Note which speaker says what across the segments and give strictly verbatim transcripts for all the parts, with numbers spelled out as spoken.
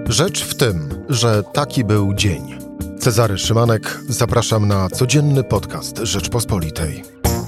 Speaker 1: Rzecz w tym, że taki był dzień. Cezary Szymanek, zapraszam na codzienny podcast Rzeczpospolitej.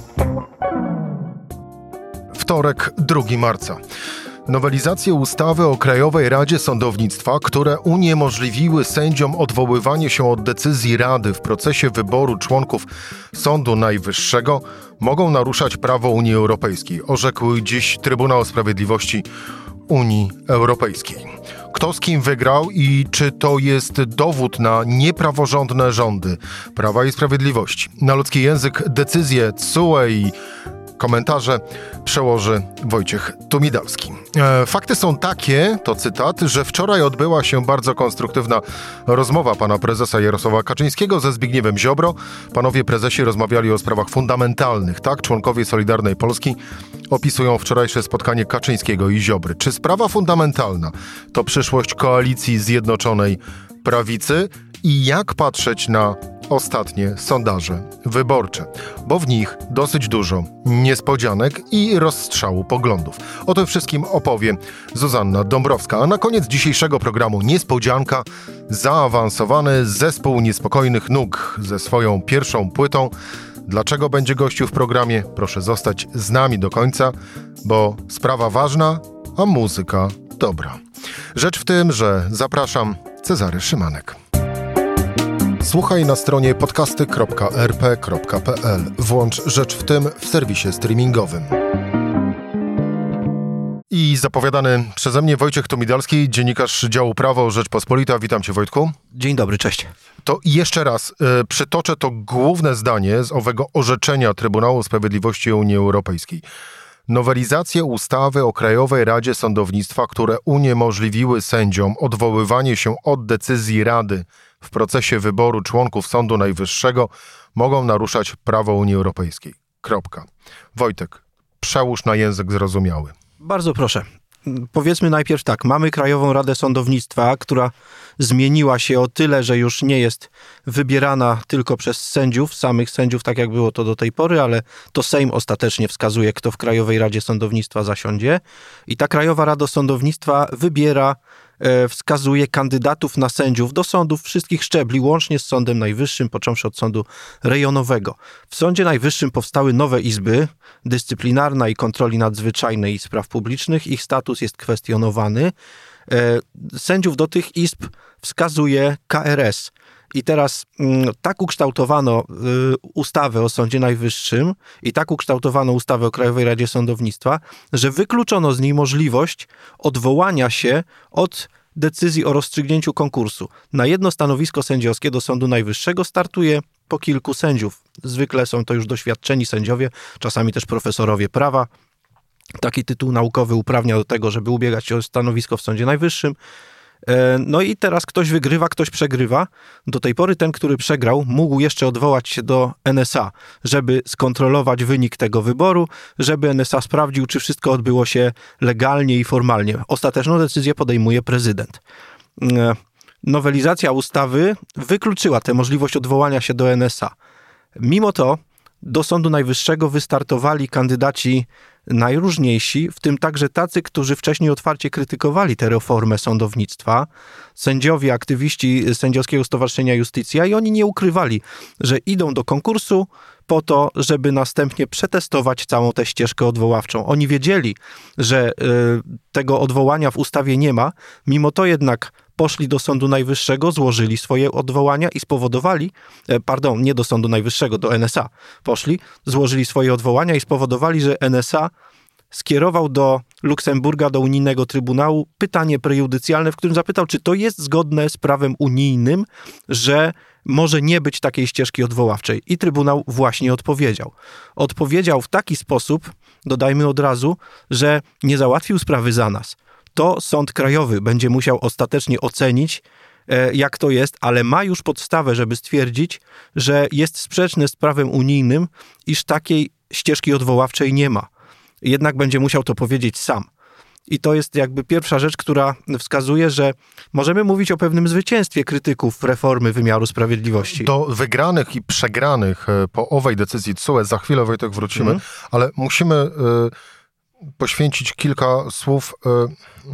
Speaker 1: Wtorek, drugiego marca. Nowelizacje ustawy o Krajowej Radzie Sądownictwa, które uniemożliwiły sędziom odwoływanie się od decyzji Rady w procesie wyboru członków Sądu Najwyższego, mogą naruszać prawo Unii Europejskiej, orzekł dziś Trybunał Sprawiedliwości Unii Europejskiej. Kto z kim wygrał i czy to jest dowód na niepraworządne rządy Prawa i Sprawiedliwości? Na ludzki język decyzje T S U E i komentarze przełoży Wojciech Tumidalski. E, fakty są takie, to cytat, że wczoraj odbyła się bardzo konstruktywna rozmowa pana prezesa Jarosława Kaczyńskiego ze Zbigniewem Ziobro. Panowie prezesi rozmawiali o sprawach fundamentalnych. Tak, członkowie Solidarnej Polski opisują wczorajsze spotkanie Kaczyńskiego i Ziobry. Czy sprawa fundamentalna to przyszłość koalicji Zjednoczonej Prawicy i jak patrzeć na ostatnie sondaże wyborcze, bo w nich dosyć dużo niespodzianek i rozstrzału poglądów. O tym wszystkim opowie Zuzanna Dąbrowska. A na koniec dzisiejszego programu niespodzianka, zaawansowany zespół Niespokojnych Nóg ze swoją pierwszą płytą. Dlaczego będzie gościł w programie? Proszę zostać z nami do końca, bo sprawa ważna, a muzyka dobra. Rzecz w tym, że zapraszam, Cezary Szymanek. Słuchaj na stronie podcasty kropka er pe kropka pe el. Włącz Rzecz w tym w serwisie streamingowym. I zapowiadany przeze mnie Wojciech Tumidalski, dziennikarz działu Prawo Rzeczpospolita. Witam cię, Wojtku.
Speaker 2: Dzień dobry, cześć.
Speaker 1: To jeszcze raz y, przytoczę to główne zdanie z owego orzeczenia Trybunału Sprawiedliwości Unii Europejskiej. Nowelizacje ustawy o Krajowej Radzie Sądownictwa, które uniemożliwiły sędziom odwoływanie się od decyzji Rady w procesie wyboru członków Sądu Najwyższego, mogą naruszać prawo Unii Europejskiej. Kropka. Wojtek, przełóż na język zrozumiały.
Speaker 2: Bardzo proszę. Powiedzmy najpierw tak, mamy Krajową Radę Sądownictwa, która zmieniła się o tyle, że już nie jest wybierana tylko przez sędziów, samych sędziów, tak jak było to do tej pory, ale to Sejm ostatecznie wskazuje, kto w Krajowej Radzie Sądownictwa zasiądzie. I ta Krajowa Rada Sądownictwa wybiera, e, wskazuje kandydatów na sędziów do sądów wszystkich szczebli, łącznie z Sądem Najwyższym, począwszy od Sądu Rejonowego. W Sądzie Najwyższym powstały nowe izby, dyscyplinarna i kontroli nadzwyczajnej i spraw publicznych. Ich status jest kwestionowany. E, sędziów do tych izb wskazuje K R S. I teraz m, tak ukształtowano y, ustawę o Sądzie Najwyższym i tak ukształtowano ustawę o Krajowej Radzie Sądownictwa, że wykluczono z niej możliwość odwołania się od decyzji o rozstrzygnięciu konkursu. Na jedno stanowisko sędziowskie do Sądu Najwyższego startuje po kilku sędziów. Zwykle są to już doświadczeni sędziowie, czasami też profesorowie prawa. Taki tytuł naukowy uprawnia do tego, żeby ubiegać się o stanowisko w Sądzie Najwyższym. No i teraz ktoś wygrywa, ktoś przegrywa. Do tej pory ten, który przegrał, mógł jeszcze odwołać się do N S A, żeby skontrolować wynik tego wyboru, żeby N S A sprawdził, czy wszystko odbyło się legalnie i formalnie. Ostateczną decyzję podejmuje prezydent. Nowelizacja ustawy wykluczyła tę możliwość odwołania się do N S A. Mimo to do Sądu Najwyższego wystartowali kandydaci najróżniejsi, w tym także tacy, którzy wcześniej otwarcie krytykowali tę reformę sądownictwa. Sędziowie, aktywiści Sędziowskiego Stowarzyszenia Iustitia, i oni nie ukrywali, że idą do konkursu po to, żeby następnie przetestować całą tę ścieżkę odwoławczą. Oni wiedzieli, że y, tego odwołania w ustawie nie ma, mimo to jednak poszli do Sądu Najwyższego, złożyli swoje odwołania i spowodowali, pardon, nie do Sądu Najwyższego, do N S A poszli, złożyli swoje odwołania i spowodowali, że N S A skierował do Luksemburga, do Unijnego Trybunału pytanie prejudycjalne, w którym zapytał, czy to jest zgodne z prawem unijnym, że może nie być takiej ścieżki odwoławczej. I Trybunał właśnie odpowiedział. Odpowiedział w taki sposób, dodajmy od razu, że nie załatwił sprawy za nas. To Sąd Krajowy będzie musiał ostatecznie ocenić, jak to jest, ale ma już podstawę, żeby stwierdzić, że jest sprzeczne z prawem unijnym, iż takiej ścieżki odwoławczej nie ma. Jednak będzie musiał to powiedzieć sam. I to jest jakby pierwsza rzecz, która wskazuje, że możemy mówić o pewnym zwycięstwie krytyków reformy wymiaru sprawiedliwości.
Speaker 1: Do wygranych i przegranych po owej decyzji T S U E za chwilę, Wojtek, wrócimy, mm. ale musimy y, poświęcić kilka słów y, no,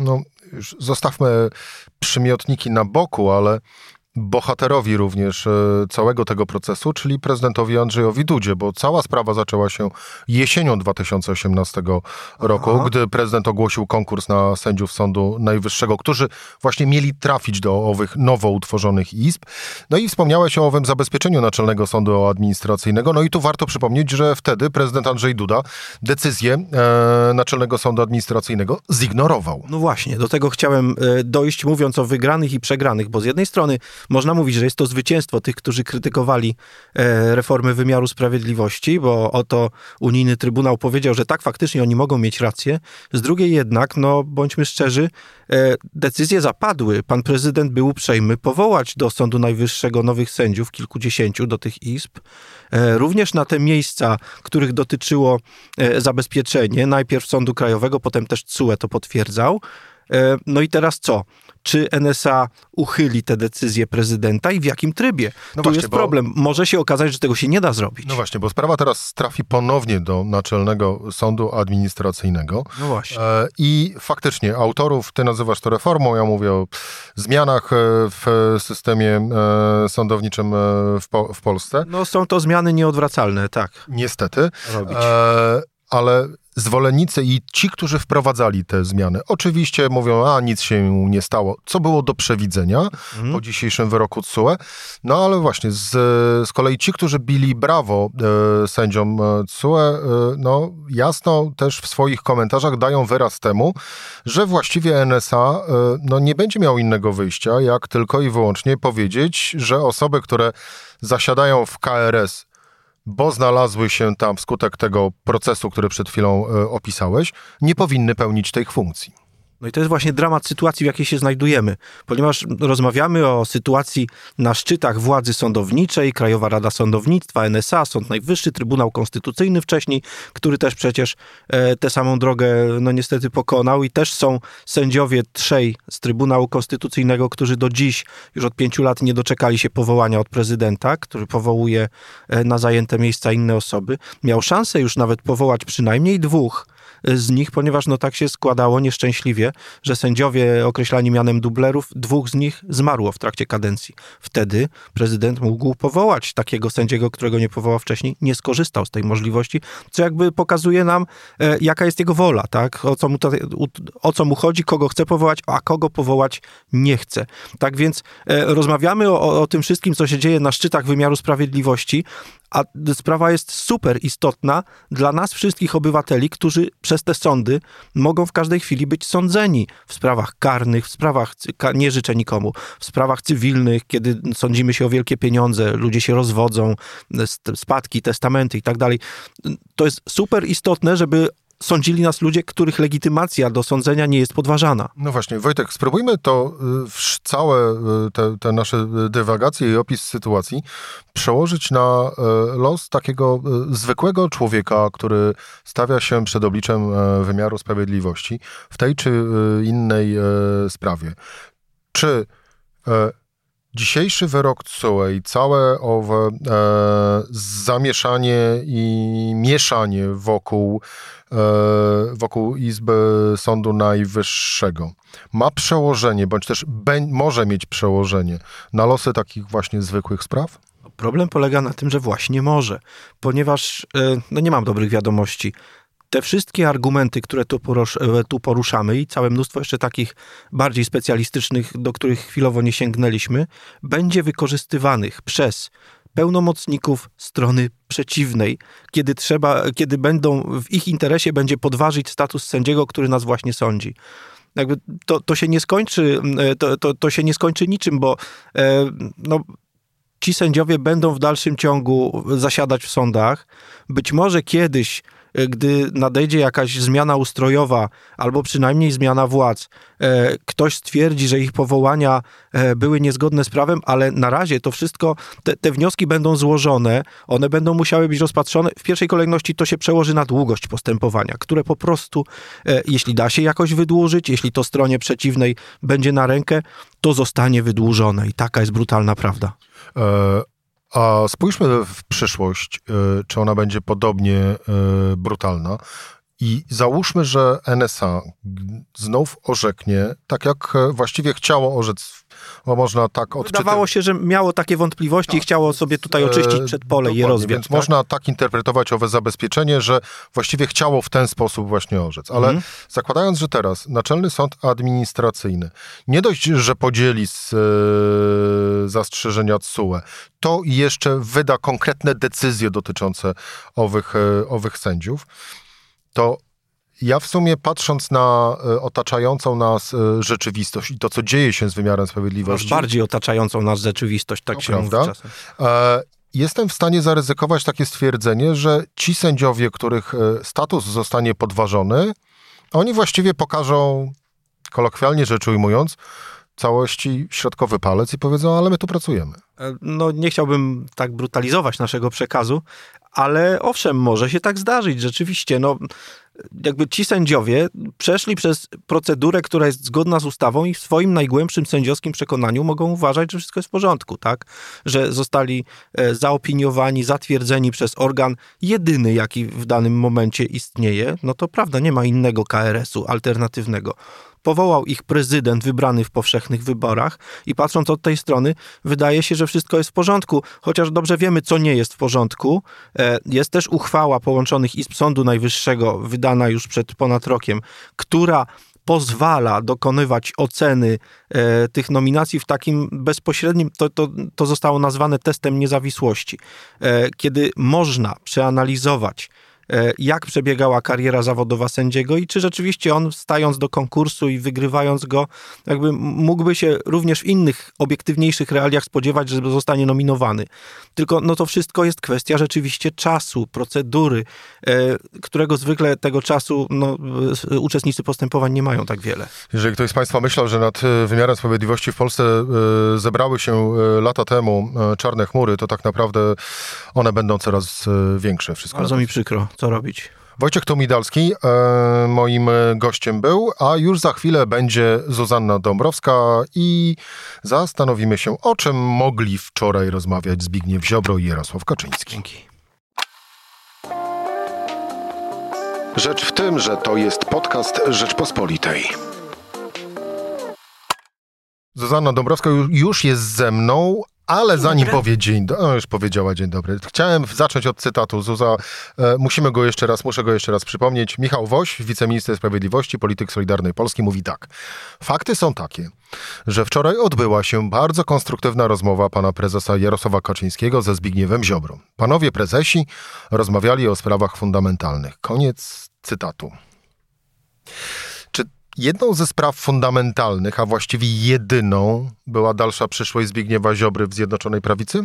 Speaker 1: już zostawmy przymiotniki na boku, ale bohaterowi również całego tego procesu, czyli prezydentowi Andrzejowi Dudzie, bo cała sprawa zaczęła się jesienią dwa tysiące osiemnastego roku, Aha. gdy prezydent ogłosił konkurs na sędziów Sądu Najwyższego, którzy właśnie mieli trafić do owych nowo utworzonych izb. No i wspomniałeś o owym zabezpieczeniu Naczelnego Sądu Administracyjnego. No i tu warto przypomnieć, że wtedy prezydent Andrzej Duda decyzję e, Naczelnego Sądu Administracyjnego zignorował.
Speaker 2: No właśnie, do tego chciałem dojść, mówiąc o wygranych i przegranych, bo z jednej strony można mówić, że jest to zwycięstwo tych, którzy krytykowali e, reformy wymiaru sprawiedliwości, bo oto unijny Trybunał powiedział, że tak, faktycznie oni mogą mieć rację. Z drugiej jednak, no bądźmy szczerzy, e, decyzje zapadły. Pan prezydent był uprzejmy powołać do Sądu Najwyższego nowych sędziów, kilkudziesięciu do tych izb. E, również na te miejsca, których dotyczyło e, zabezpieczenie, najpierw Sądu Krajowego, potem też C U E to potwierdzał. E, no i teraz co? Czy N S A uchyli te decyzje prezydenta i w jakim trybie?
Speaker 1: No
Speaker 2: tu
Speaker 1: właśnie,
Speaker 2: jest problem.
Speaker 1: bo...
Speaker 2: Może się okazać, że tego się nie da zrobić.
Speaker 1: No właśnie, bo sprawa teraz trafi ponownie do Naczelnego Sądu Administracyjnego.
Speaker 2: No właśnie.
Speaker 1: E, I faktycznie autorów, ty nazywasz to reformą, ja mówię o zmianach w systemie e, sądowniczym w, po, w Polsce.
Speaker 2: No są to zmiany nieodwracalne, tak.
Speaker 1: Niestety.
Speaker 2: Robić.
Speaker 1: E, ale zwolennicy i ci, którzy wprowadzali te zmiany, oczywiście mówią, a nic się nie stało, co było do przewidzenia mm. po dzisiejszym wyroku T S U E. No ale właśnie, z, z kolei ci, którzy bili brawo e, sędziom T S U E, e, no jasno też w swoich komentarzach dają wyraz temu, że właściwie N S A e, no, nie będzie miał innego wyjścia, jak tylko i wyłącznie powiedzieć, że osoby, które zasiadają w K R S, bo znalazły się tam wskutek tego procesu, który przed chwilą e, opisałeś, nie powinny pełnić tych funkcji.
Speaker 2: No i to jest właśnie dramat sytuacji, w jakiej się znajdujemy, ponieważ rozmawiamy o sytuacji na szczytach władzy sądowniczej, Krajowa Rada Sądownictwa, N S A, Sąd Najwyższy, Trybunał Konstytucyjny wcześniej, który też przecież e, tę samą drogę no niestety pokonał i też są sędziowie trzej z Trybunału Konstytucyjnego, którzy do dziś już od pięciu lat nie doczekali się powołania od prezydenta, który powołuje e, na zajęte miejsca inne osoby. Miał szansę już nawet powołać przynajmniej dwóch z nich, ponieważ no tak się składało nieszczęśliwie, że sędziowie określani mianem dublerów, dwóch z nich zmarło w trakcie kadencji. Wtedy prezydent mógł powołać takiego sędziego, którego nie powołał wcześniej, nie skorzystał z tej możliwości, co jakby pokazuje nam, e, jaka jest jego wola, tak? O co mu to, o co mu chodzi, kogo chce powołać, a kogo powołać nie chce. Tak więc e, rozmawiamy o, o tym wszystkim, co się dzieje na szczytach wymiaru sprawiedliwości, a sprawa jest super istotna dla nas wszystkich obywateli, którzy przez te sądy mogą w każdej chwili być sądzeni w sprawach karnych, w sprawach, nie życzę nikomu, w sprawach cywilnych, kiedy sądzimy się o wielkie pieniądze, ludzie się rozwodzą, spadki, testamenty i tak dalej. To jest super istotne, żeby sądzili nas ludzie, których legitymacja do sądzenia nie jest podważana.
Speaker 1: No właśnie, Wojtek, spróbujmy to całe te, te nasze dywagacje i opis sytuacji przełożyć na los takiego zwykłego człowieka, który stawia się przed obliczem wymiaru sprawiedliwości w tej czy innej sprawie. Czy dzisiejszy wyrok T S U E i całe owe e, zamieszanie i mieszanie wokół, e, wokół Izby Sądu Najwyższego ma przełożenie, bądź też be, może mieć przełożenie na losy takich właśnie zwykłych spraw?
Speaker 2: Problem polega na tym, że właśnie może, ponieważ e, no nie mam dobrych wiadomości. Te wszystkie argumenty, które tu, porusz, tu poruszamy i całe mnóstwo jeszcze takich bardziej specjalistycznych, do których chwilowo nie sięgnęliśmy, będzie wykorzystywanych przez pełnomocników strony przeciwnej, kiedy trzeba, kiedy będą, w ich interesie będzie podważyć status sędziego, który nas właśnie sądzi. Jakby to, to się nie skończy, to, to, to się nie skończy niczym, bo e, no, ci sędziowie będą w dalszym ciągu zasiadać w sądach. Być może kiedyś, gdy nadejdzie jakaś zmiana ustrojowa, albo przynajmniej zmiana władz, ktoś stwierdzi, że ich powołania były niezgodne z prawem, ale na razie to wszystko, te, te wnioski będą złożone, one będą musiały być rozpatrzone. W pierwszej kolejności to się przełoży na długość postępowania, które po prostu, jeśli da się jakoś wydłużyć, jeśli to stronie przeciwnej będzie na rękę, to zostanie wydłużone i taka jest brutalna prawda.
Speaker 1: E- A spójrzmy w przyszłość, czy ona będzie podobnie brutalna. I załóżmy, że N S A znów orzeknie, tak jak właściwie chciało orzec, bo można tak odczytać.
Speaker 2: Wydawało się, że miało takie wątpliwości tak. i chciało sobie tutaj oczyścić przed pole i je rozwiać.
Speaker 1: Więc
Speaker 2: tak?
Speaker 1: można tak interpretować owe zabezpieczenie, że właściwie chciało w ten sposób właśnie orzec. Ale mhm. zakładając, że teraz Naczelny Sąd Administracyjny nie dość, że podzieli z, e, zastrzeżenia T S U E, to jeszcze wyda konkretne decyzje dotyczące owych, e, owych sędziów, to ja w sumie patrząc na e, otaczającą nas e, rzeczywistość i to, co dzieje się z wymiarem sprawiedliwości...
Speaker 2: Masz bardziej otaczającą nas rzeczywistość, tak się
Speaker 1: prawda?
Speaker 2: mówi czasem.
Speaker 1: E, jestem w stanie zaryzykować takie stwierdzenie, że ci sędziowie, których e, status zostanie podważony, oni właściwie pokażą, kolokwialnie rzecz ujmując, całości środkowy palec i powiedzą, ale my tu pracujemy.
Speaker 2: No nie chciałbym tak brutalizować naszego przekazu, ale owszem, może się tak zdarzyć, rzeczywiście. No, jakby ci sędziowie przeszli przez procedurę, która jest zgodna z ustawą i w swoim najgłębszym sędziowskim przekonaniu mogą uważać, że wszystko jest w porządku, tak? Że zostali zaopiniowani, zatwierdzeni przez organ jedyny, jaki w danym momencie istnieje. No to prawda, nie ma innego K R S u alternatywnego. Powołał ich prezydent wybrany w powszechnych wyborach i patrząc od tej strony wydaje się, że wszystko jest w porządku, chociaż dobrze wiemy, co nie jest w porządku. Jest też uchwała połączonych izb Sądu Najwyższego, wydana już przed ponad rokiem, która pozwala dokonywać oceny e, tych nominacji w takim bezpośrednim, to, to, to zostało nazwane testem niezawisłości, e, kiedy można przeanalizować, jak przebiegała kariera zawodowa sędziego i czy rzeczywiście on, stając do konkursu i wygrywając go, jakby mógłby się również w innych, obiektywniejszych realiach spodziewać, że zostanie nominowany. Tylko no to wszystko jest kwestia rzeczywiście czasu, procedury, którego zwykle tego czasu no, uczestnicy postępowań nie mają tak wiele.
Speaker 1: Jeżeli ktoś z Państwa myślał, że nad wymiarem sprawiedliwości w Polsce zebrały się lata temu czarne chmury, to tak naprawdę one będą coraz większe. Wszystko
Speaker 2: Bardzo mi przykro. Co robić?
Speaker 1: Wojciech Tomidalski e, moim gościem był, a już za chwilę będzie Zuzanna Dąbrowska i zastanowimy się, o czym mogli wczoraj rozmawiać Zbigniew Ziobro i Jarosław Kaczyński.
Speaker 2: Dzięki.
Speaker 1: Rzecz w tym, że to jest podcast Rzeczpospolitej. Zuzanna Dąbrowska już jest ze mną, ale zanim powie dzień dobry, no już powiedziała dzień dobry. Chciałem zacząć od cytatu. Zuza, e, musimy go jeszcze raz, muszę go jeszcze raz przypomnieć. Michał Woś, wiceminister sprawiedliwości, polityk Solidarnej Polski, mówi tak. Fakty są takie, że wczoraj odbyła się bardzo konstruktywna rozmowa pana prezesa Jarosława Kaczyńskiego ze Zbigniewem Ziobrą. Panowie prezesi rozmawiali o sprawach fundamentalnych. Koniec cytatu. Czy jedną ze spraw fundamentalnych, a właściwie jedyną, była dalsza przyszłość Zbigniewa Ziobry w Zjednoczonej Prawicy?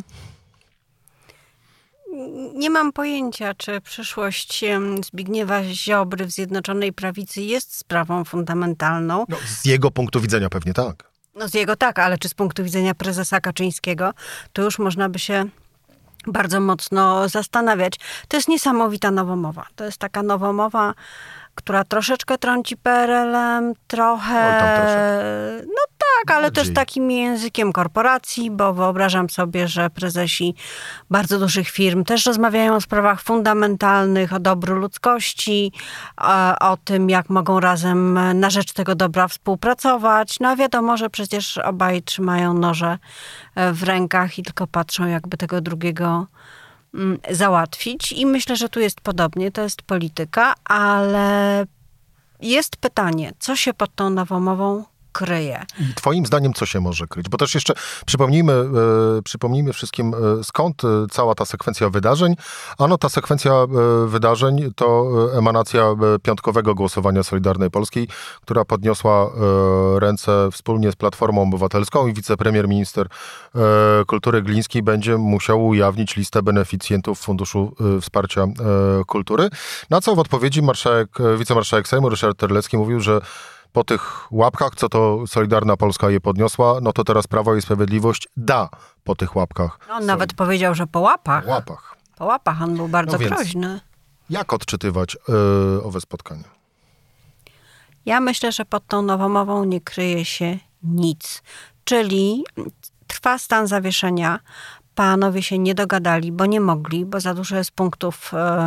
Speaker 3: Nie mam pojęcia, czy przyszłość Zbigniewa Ziobry w Zjednoczonej Prawicy jest sprawą fundamentalną.
Speaker 1: No, z jego punktu widzenia pewnie tak.
Speaker 3: No z jego tak, ale czy z punktu widzenia prezesa Kaczyńskiego, to już można by się bardzo mocno zastanawiać. To jest niesamowita nowomowa. To jest taka nowomowa, która troszeczkę trąci P R L-em, trochę...
Speaker 1: Oj, tam troszeczkę.
Speaker 3: No tak, ale
Speaker 1: Bardziej.
Speaker 3: też takim językiem korporacji, bo wyobrażam sobie, że prezesi bardzo dużych firm też rozmawiają o sprawach fundamentalnych, o dobru ludzkości, o, o tym, jak mogą razem na rzecz tego dobra współpracować. No a wiadomo, że przecież obaj trzymają noże w rękach i tylko patrzą, jakby tego drugiego załatwić. I myślę, że tu jest podobnie, to jest polityka, ale jest pytanie, co się pod tą nowomową kryje.
Speaker 1: I twoim zdaniem co się może kryć? Bo też jeszcze przypomnijmy, e, przypomnijmy wszystkim, e, skąd e, cała ta sekwencja wydarzeń. Ano ta sekwencja e, wydarzeń to emanacja e, piątkowego głosowania Solidarnej Polskiej, która podniosła e, ręce wspólnie z Platformą Obywatelską i wicepremier minister e, kultury Gliński będzie musiał ujawnić listę beneficjentów Funduszu e, Wsparcia e, Kultury. Na co w odpowiedzi marszałek, wicemarszałek Sejmu Ryszard Terlecki mówił, że po tych łapkach, co to Solidarna Polska je podniosła, no to teraz Prawo i Sprawiedliwość da po tych łapkach.
Speaker 3: On Sol- nawet powiedział, że po łapach.
Speaker 1: Po łapach.
Speaker 3: Po łapach, on był bardzo
Speaker 1: no więc,
Speaker 3: groźny.
Speaker 1: Jak odczytywać yy, owe spotkanie?
Speaker 3: Ja myślę, że pod tą nowomową nie kryje się nic. Czyli trwa stan zawieszenia. Panowie się nie dogadali, bo nie mogli, bo za dużo jest punktów e,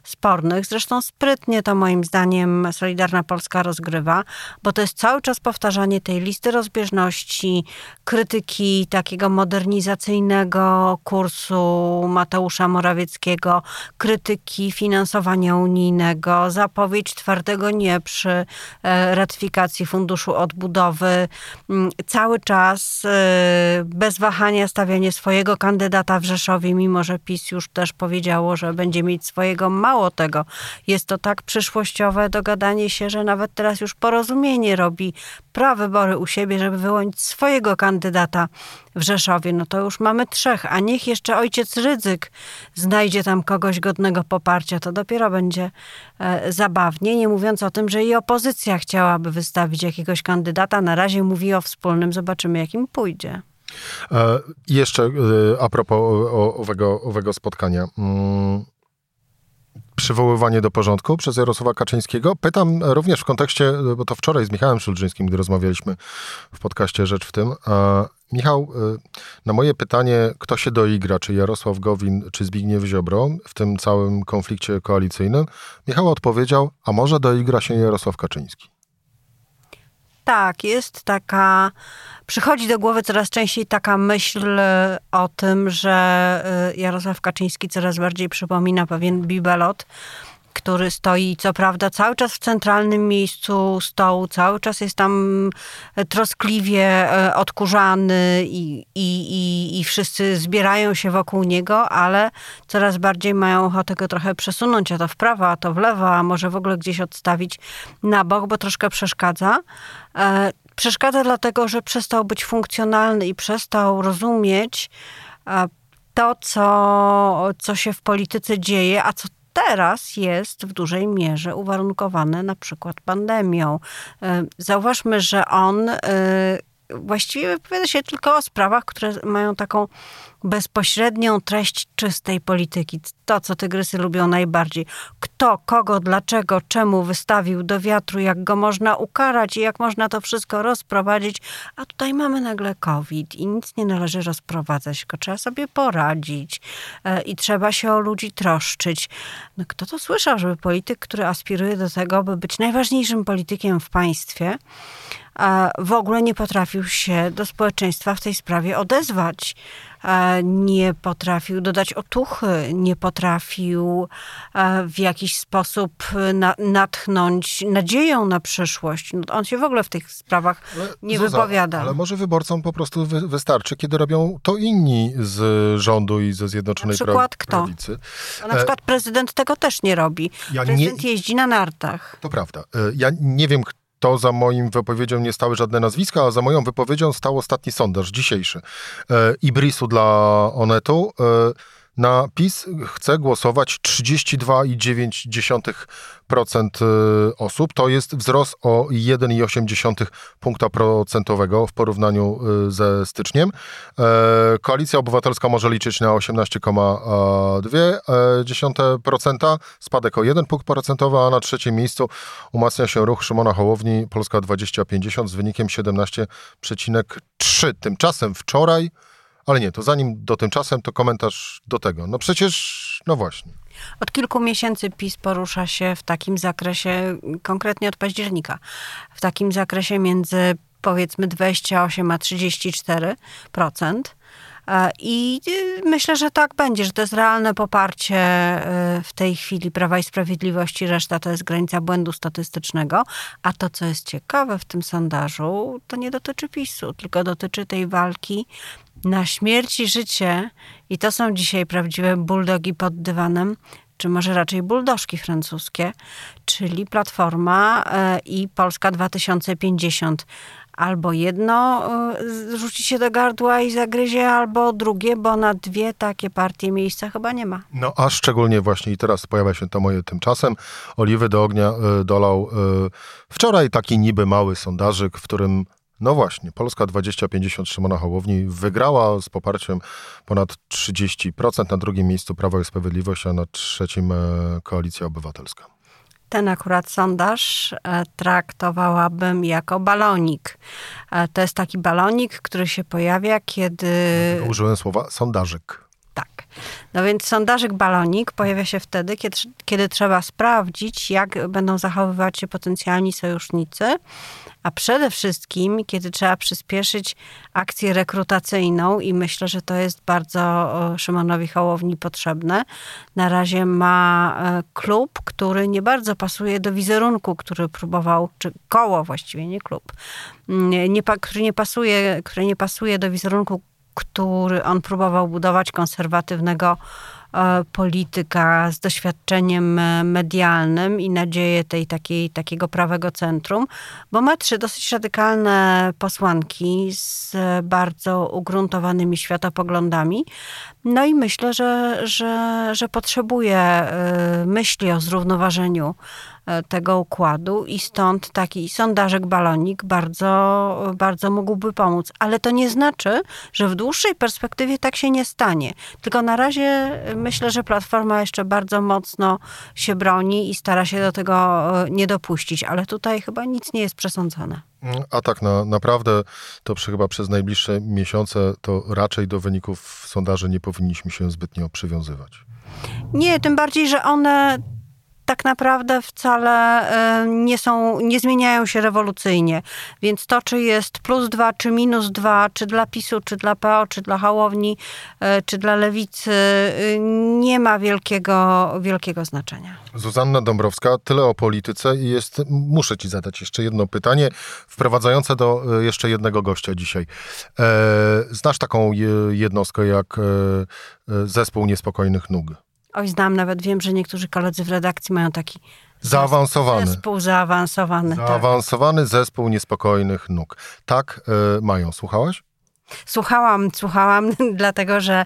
Speaker 3: spornych. Zresztą sprytnie to moim zdaniem Solidarna Polska rozgrywa, bo to jest cały czas powtarzanie tej listy rozbieżności, krytyki takiego modernizacyjnego kursu Mateusza Morawieckiego, krytyki finansowania unijnego, zapowiedź twardego nie przy ratyfikacji Funduszu Odbudowy, cały czas bez wahania stawianie swojego kandydata w Rzeszowie, mimo że PiS już też powiedziało, że będzie mieć swojego. Mało tego, jest to tak przyszłościowe dogadanie się, że nawet teraz już Porozumienie robi prawybory u siebie, żeby wyłonić swojego kandydata w Rzeszowie. No to już mamy trzech, a niech jeszcze ojciec Rydzyk znajdzie tam kogoś godnego poparcia, to dopiero będzie e, zabawnie, nie mówiąc o tym, że i opozycja chciałaby wystawić jakiegoś kandydata. Na razie mówi o wspólnym, zobaczymy jakim pójdzie.
Speaker 1: E, jeszcze e, a propos o, owego, owego spotkania. Mm. Przywoływanie do porządku przez Jarosława Kaczyńskiego. Pytam również w kontekście, bo to wczoraj z Michałem Szulżyńskim, gdy rozmawialiśmy w podcaście Rzecz w tym. A Michał, na moje pytanie, kto się doigra, czy Jarosław Gowin, czy Zbigniew Ziobro w tym całym konflikcie koalicyjnym, Michał odpowiedział, a może doigra się Jarosław Kaczyński.
Speaker 3: Tak, jest taka, przychodzi do głowy coraz częściej taka myśl o tym, że Jarosław Kaczyński coraz bardziej przypomina pewien bibelot, który stoi co prawda cały czas w centralnym miejscu stołu, cały czas jest tam troskliwie odkurzany i, i, i, i wszyscy zbierają się wokół niego, ale coraz bardziej mają ochotę go trochę przesunąć, a to w prawo, a to w lewo, a może w ogóle gdzieś odstawić na bok, bo troszkę przeszkadza. Przeszkadza dlatego, że przestał być funkcjonalny i przestał rozumieć to, co, co się w polityce dzieje, a co teraz jest w dużej mierze uwarunkowane na przykład pandemią. Zauważmy, że on właściwie wypowiada się tylko o sprawach, które mają taką bezpośrednią treść czystej polityki. To, co tygrysy lubią najbardziej. Kto, kogo, dlaczego, czemu wystawił do wiatru, jak go można ukarać i jak można to wszystko rozprowadzić. A tutaj mamy nagle COVID i nic nie należy rozprowadzać, tylko trzeba sobie poradzić i trzeba się o ludzi troszczyć. No, kto to słyszał, żeby polityk, który aspiruje do tego, by być najważniejszym politykiem w państwie, w ogóle nie potrafił się do społeczeństwa w tej sprawie odezwać. Nie potrafił dodać otuchy, nie potrafił w jakiś sposób natchnąć nadzieją na przyszłość. No, on się w ogóle w tych sprawach ale, nie Zuza, wypowiada.
Speaker 1: Ale może wyborcom po prostu wy, wystarczy, kiedy robią to inni z rządu i ze Zjednoczonej
Speaker 3: na przykład
Speaker 1: pra-
Speaker 3: kto?
Speaker 1: Prawicy.
Speaker 3: A na przykład prezydent tego też nie robi. Ja prezydent nie, jeździ na nartach.
Speaker 1: To prawda. Ja nie wiem, to za moim wypowiedzią nie stały żadne nazwiska, a za moją wypowiedzią stał ostatni sondaż, dzisiejszy. E, Ibrisu dla Onetu. E, na PiS chce głosować trzydzieści dwa przecinek dziewięć procent osób. To jest wzrost o jeden przecinek osiem punkta procentowego w porównaniu ze styczniem. Koalicja Obywatelska może liczyć na osiemnaście przecinek dwa procent, spadek o jeden punkt procentowy, a na trzecim miejscu umacnia się ruch Szymona Hołowni Polska dwadzieścia pięćdziesiąt z wynikiem siedemnaście przecinek trzy. Tymczasem wczoraj Ale nie, to zanim do tymczasem, to komentarz do tego. No przecież, no właśnie.
Speaker 3: Od kilku miesięcy PiS porusza się w takim zakresie, konkretnie od października, w takim zakresie między powiedzmy dwadzieścia osiem a trzydzieści cztery procent. I myślę, że tak będzie, że to jest realne poparcie w tej chwili Prawa i Sprawiedliwości. Reszta to jest granica błędu statystycznego. A to, co jest ciekawe w tym sondażu, to nie dotyczy PiSu, tylko dotyczy tej walki na śmierć i życie. I to są dzisiaj prawdziwe bulldogi pod dywanem, czy może raczej buldożki francuskie, czyli Platforma i Polska dwa tysiące pięćdziesiąt. Albo jedno rzuci się do gardła i zagryzie, albo drugie, bo na dwie takie partie miejsca chyba nie ma.
Speaker 1: No a szczególnie właśnie i teraz pojawia się to moje tymczasem. Oliwy do ognia dolał wczoraj taki niby mały sondażyk, w którym no właśnie, Polska dwadzieścia pięćdziesiąt Szymona Hołowni wygrała z poparciem ponad trzydzieści procent. Na drugim miejscu Prawo i Sprawiedliwość, a na trzecim Koalicja Obywatelska.
Speaker 3: Ten akurat sondaż traktowałabym jako balonik. To jest taki balonik, który się pojawia, kiedy...
Speaker 1: Użyłem słowa sondażyk.
Speaker 3: Tak. No więc sondażyk balonik pojawia się wtedy, kiedy, kiedy trzeba sprawdzić, jak będą zachowywać się potencjalni sojusznicy, a przede wszystkim, kiedy trzeba przyspieszyć akcję rekrutacyjną i myślę, że to jest bardzo Szymonowi Hołowni potrzebne. Na razie ma klub, który nie bardzo pasuje do wizerunku, który próbował, czy koło właściwie, nie klub, nie, który nie pasuje, który nie pasuje do wizerunku, który on próbował budować, konserwatywnego e, polityka z doświadczeniem medialnym i nadzieję tej takiej, takiego prawego centrum, bo ma trzy dosyć radykalne posłanki z bardzo ugruntowanymi światopoglądami. No i myślę, że, że, że potrzebuje e, myśli o zrównoważeniu tego układu i stąd taki sondażek balonik bardzo, bardzo mógłby pomóc. Ale to nie znaczy, że w dłuższej perspektywie tak się nie stanie. Tylko na razie myślę, że Platforma jeszcze bardzo mocno się broni i stara się do tego nie dopuścić. Ale tutaj chyba nic nie jest przesądzone.
Speaker 1: A tak na, naprawdę to przy, chyba przez najbliższe miesiące to raczej do wyników sondaży nie powinniśmy się zbytnio przywiązywać.
Speaker 3: Nie, tym bardziej, że one tak naprawdę wcale nie są, nie zmieniają się rewolucyjnie. Więc to, czy jest plus dwa, czy minus dwa, czy dla PiSu, czy dla P O, czy dla Hołowni, czy dla Lewicy, nie ma wielkiego, wielkiego znaczenia.
Speaker 1: Zuzanna Dąbrowska, tyle o polityce i jest, muszę ci zadać jeszcze jedno pytanie, wprowadzające do jeszcze jednego gościa dzisiaj. E, znasz taką jednostkę jak Zespół Niespokojnych Nóg?
Speaker 3: Oj, znam, nawet wiem, że niektórzy koledzy w redakcji mają taki
Speaker 1: zaawansowany.
Speaker 3: Zespół zaawansowany.
Speaker 1: Zaawansowany
Speaker 3: tak.
Speaker 1: Zespół Niespokojnych Nóg. Tak y, mają. Słuchałaś?
Speaker 3: Słuchałam, słuchałam, dlatego że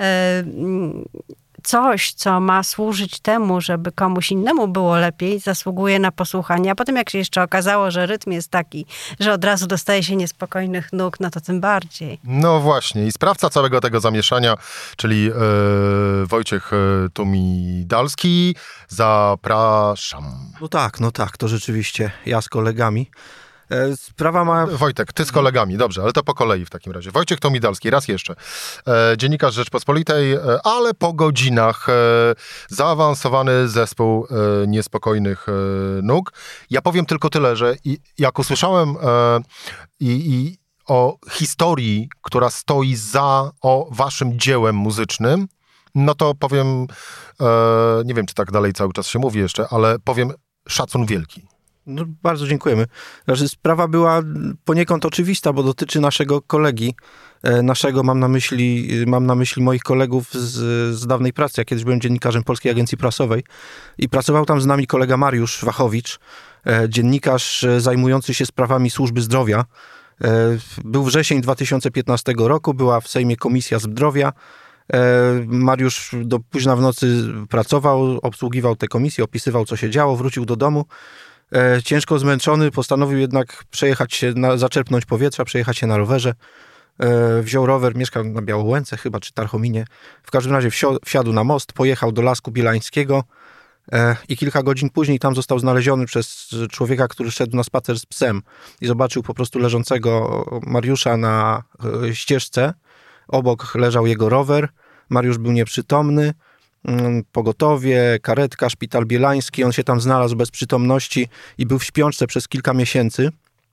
Speaker 3: y, coś, co ma służyć temu, żeby komuś innemu było lepiej, zasługuje na posłuchanie. A potem jak się jeszcze okazało, że rytm jest taki, że od razu dostaje się niespokojnych nóg, no to tym bardziej.
Speaker 1: No właśnie. I sprawca całego tego zamieszania, czyli yy, Wojciech Tumidalski. Zapraszam.
Speaker 2: No tak, no tak, to rzeczywiście ja z kolegami. Sprawa ma...
Speaker 1: Wojtek, ty z kolegami, dobrze, ale to po kolei w takim razie. Wojciech Tumidalski, raz jeszcze. E, dziennikarz Rzeczpospolitej, e, ale po godzinach e, zaawansowany Zespół e, Niespokojnych e, Nóg. Ja powiem tylko tyle, że i, jak usłyszałem e, i, i o historii, która stoi za o waszym dziełem muzycznym, no to powiem, e, nie wiem, czy tak dalej cały czas się mówi jeszcze, ale powiem szacun wielki.
Speaker 2: No, bardzo dziękujemy. Znaczy, sprawa była poniekąd oczywista, bo dotyczy naszego kolegi. Naszego, mam na myśli, mam na myśli moich kolegów z, z dawnej pracy. Ja kiedyś byłem dziennikarzem Polskiej Agencji Prasowej i pracował tam z nami kolega Mariusz Wachowicz, dziennikarz zajmujący się sprawami służby zdrowia. Był wrzesień dwa tysiące piętnastego roku, była w Sejmie Komisja Zdrowia. Mariusz do późna w nocy pracował, obsługiwał tę komisję, opisywał, co się działo, wrócił do domu. Ciężko zmęczony, postanowił jednak przejechać się, na, zaczerpnąć powietrza, przejechać się na rowerze. Wziął rower, mieszkał na Białołęce chyba, czy Tarchominie. W każdym razie wsio, wsiadł na most, pojechał do Lasku Bielańskiego i kilka godzin później tam został znaleziony przez człowieka, który szedł na spacer z psem i zobaczył po prostu leżącego Mariusza na ścieżce. Obok leżał jego rower. Mariusz był nieprzytomny. Pogotowie, karetka, szpital bielański. On się tam znalazł bez przytomności i był w śpiączce przez kilka miesięcy.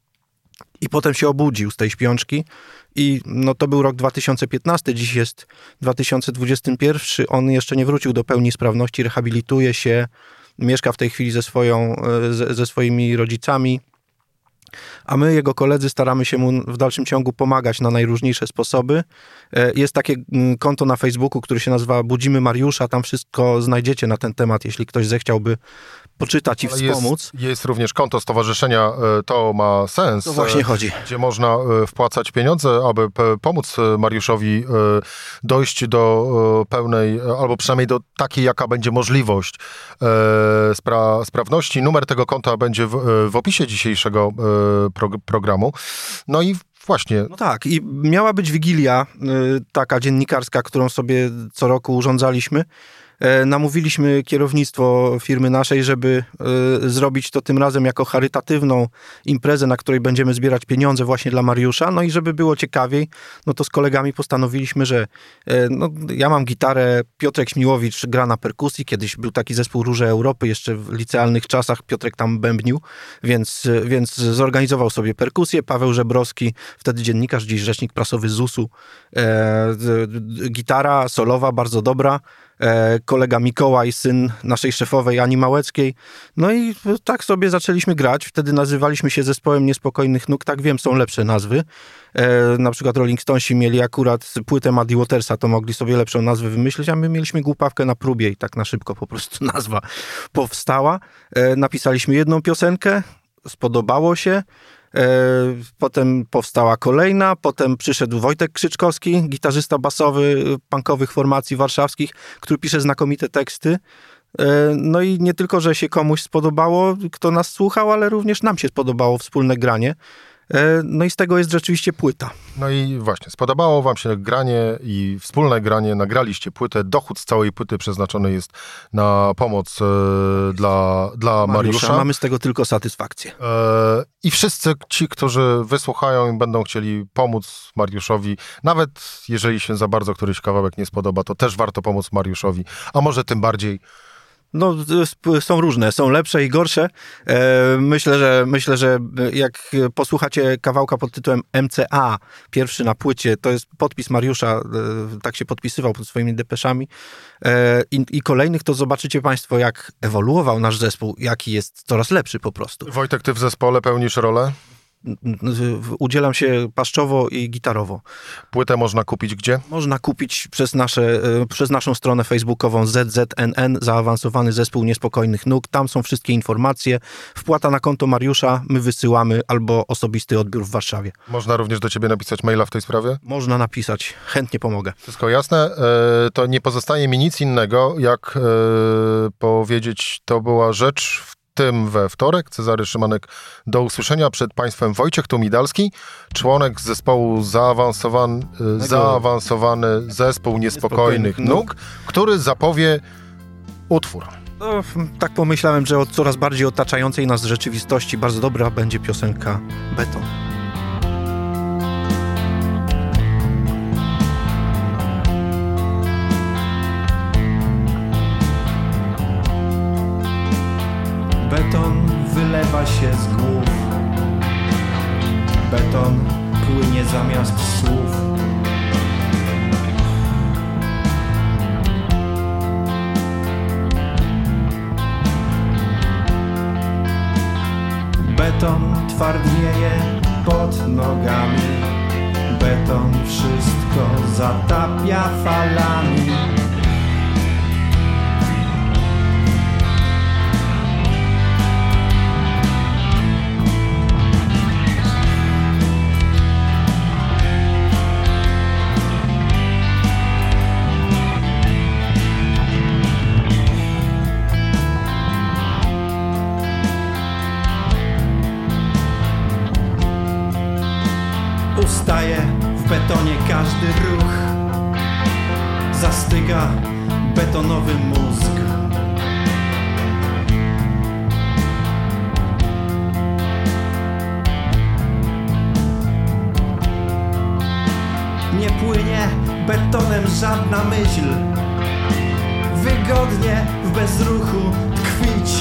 Speaker 2: I potem się obudził z tej śpiączki. I no to był rok dwa tysiące piętnasty, dziś jest dwa tysiące dwudziesty pierwszy. On jeszcze nie wrócił do pełni sprawności, rehabilituje się, mieszka w tej chwili ze, swoją, ze, ze swoimi rodzicami. A my, jego koledzy, staramy się mu w dalszym ciągu pomagać na najróżniejsze sposoby. Jest takie konto na Facebooku, które się nazywa Budzimy Mariusza. Tam wszystko znajdziecie na ten temat, jeśli ktoś zechciałby poczytać i
Speaker 1: Ale
Speaker 2: wspomóc.
Speaker 1: Jest, jest również konto stowarzyszenia To ma sens.
Speaker 2: To właśnie chodzi.
Speaker 1: Gdzie można wpłacać pieniądze, aby pomóc Mariuszowi dojść do pełnej, albo przynajmniej do takiej, jaka będzie możliwość spra- sprawności. Numer tego konta będzie w, w opisie dzisiejszego pro- programu. No i właśnie.
Speaker 2: No tak, i miała być wigilia taka dziennikarska, którą sobie co roku urządzaliśmy. namówiliśmy kierownictwo firmy naszej, żeby zrobić to tym razem jako charytatywną imprezę, na której będziemy zbierać pieniądze właśnie dla Mariusza, no i żeby było ciekawiej, no to z kolegami postanowiliśmy, że no, ja mam gitarę, Piotrek Śmiłowicz gra na perkusji, kiedyś był taki zespół Róże Europy, jeszcze w licealnych czasach Piotrek tam bębnił, więc, więc zorganizował sobie perkusję, Paweł Żebrowski, wtedy dziennikarz, dziś rzecznik prasowy zusu, e, gitara solowa, bardzo dobra, e, kolega Mikołaj, syn naszej szefowej Ani Małeckiej, no i tak sobie zaczęliśmy grać, wtedy nazywaliśmy się Zespołem Niespokojnych Nóg, tak wiem, są lepsze nazwy, e, na przykład Rolling Stonesi mieli akurat płytę Muddy Watersa, to mogli sobie lepszą nazwę wymyślić, a my mieliśmy głupawkę na próbie i tak na szybko po prostu nazwa powstała. E, napisaliśmy jedną piosenkę, spodobało się, potem powstała kolejna, potem przyszedł Wojtek Krzyczkowski, gitarzysta basowy punkowych formacji warszawskich, który pisze znakomite teksty. No i nie tylko, że się komuś spodobało, kto nas słuchał, ale również nam się spodobało wspólne granie. No i z tego jest rzeczywiście płyta.
Speaker 1: No i właśnie, spodobało wam się granie i wspólne granie, nagraliście płytę, dochód z całej płyty przeznaczony jest na pomoc e, dla, dla Mariusza. Mariusza.
Speaker 2: Mamy z tego tylko satysfakcję.
Speaker 1: E, I wszyscy ci, którzy wysłuchają i będą chcieli pomóc Mariuszowi, nawet jeżeli się za bardzo któryś kawałek nie spodoba, to też warto pomóc Mariuszowi, a może tym bardziej.
Speaker 2: No, są różne, są lepsze i gorsze. Myślę, że myślę, że jak posłuchacie kawałka pod tytułem M C A, pierwszy na płycie, to jest podpis Mariusza, tak się podpisywał pod swoimi depeszami i, i kolejnych, to zobaczycie państwo, jak ewoluował nasz zespół, jaki jest coraz lepszy po prostu.
Speaker 1: Wojtek, ty w zespole pełnisz rolę?
Speaker 2: Udzielam się paszczowo i gitarowo.
Speaker 1: Płytę można kupić gdzie?
Speaker 2: Można kupić przez, nasze, przez naszą stronę facebookową Z Z N N, Zaawansowany Zespół Niespokojnych Nóg. Tam są wszystkie informacje. Wpłata na konto Mariusza, my wysyłamy, albo osobisty odbiór w Warszawie.
Speaker 1: Można również do ciebie napisać maila w tej sprawie?
Speaker 2: Można napisać, chętnie pomogę.
Speaker 1: Wszystko jasne? To nie pozostaje mi nic innego, jak powiedzieć, to była rzecz w tym we wtorek. Cezary Szymanek, do usłyszenia. Przed państwem Wojciech Tumidalski, członek zespołu zaawansowany, zaawansowany Zespół Niespokojnych Nóg, który zapowie utwór.
Speaker 2: No, tak pomyślałem, że od coraz bardziej otaczającej nas rzeczywistości bardzo dobra będzie piosenka Beton.
Speaker 4: Beton wylewa się z głów, beton płynie zamiast słów. Beton twardnieje pod nogami, beton wszystko zatapia falami. Ustaje w betonie każdy ruch, zastyga betonowy mózg. Nie płynie betonem żadna myśl, wygodnie w bezruchu tkwić.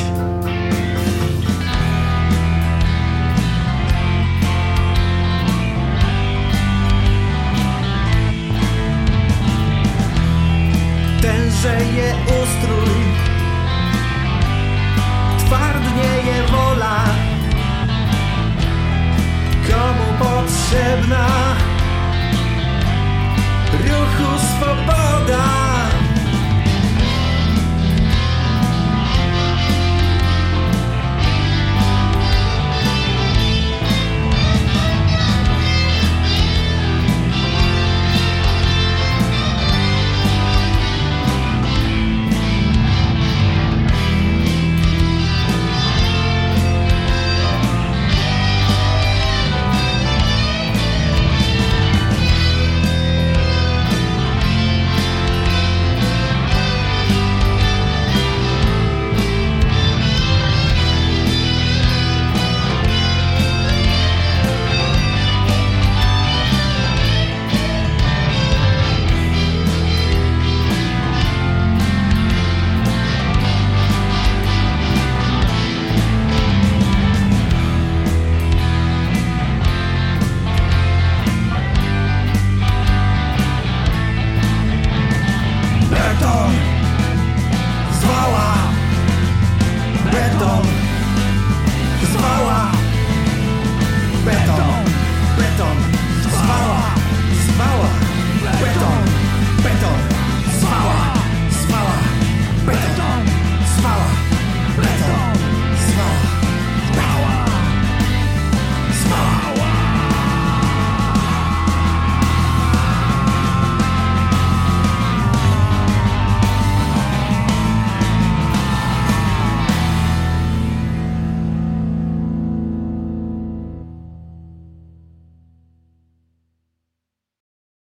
Speaker 4: Tężeje ustrój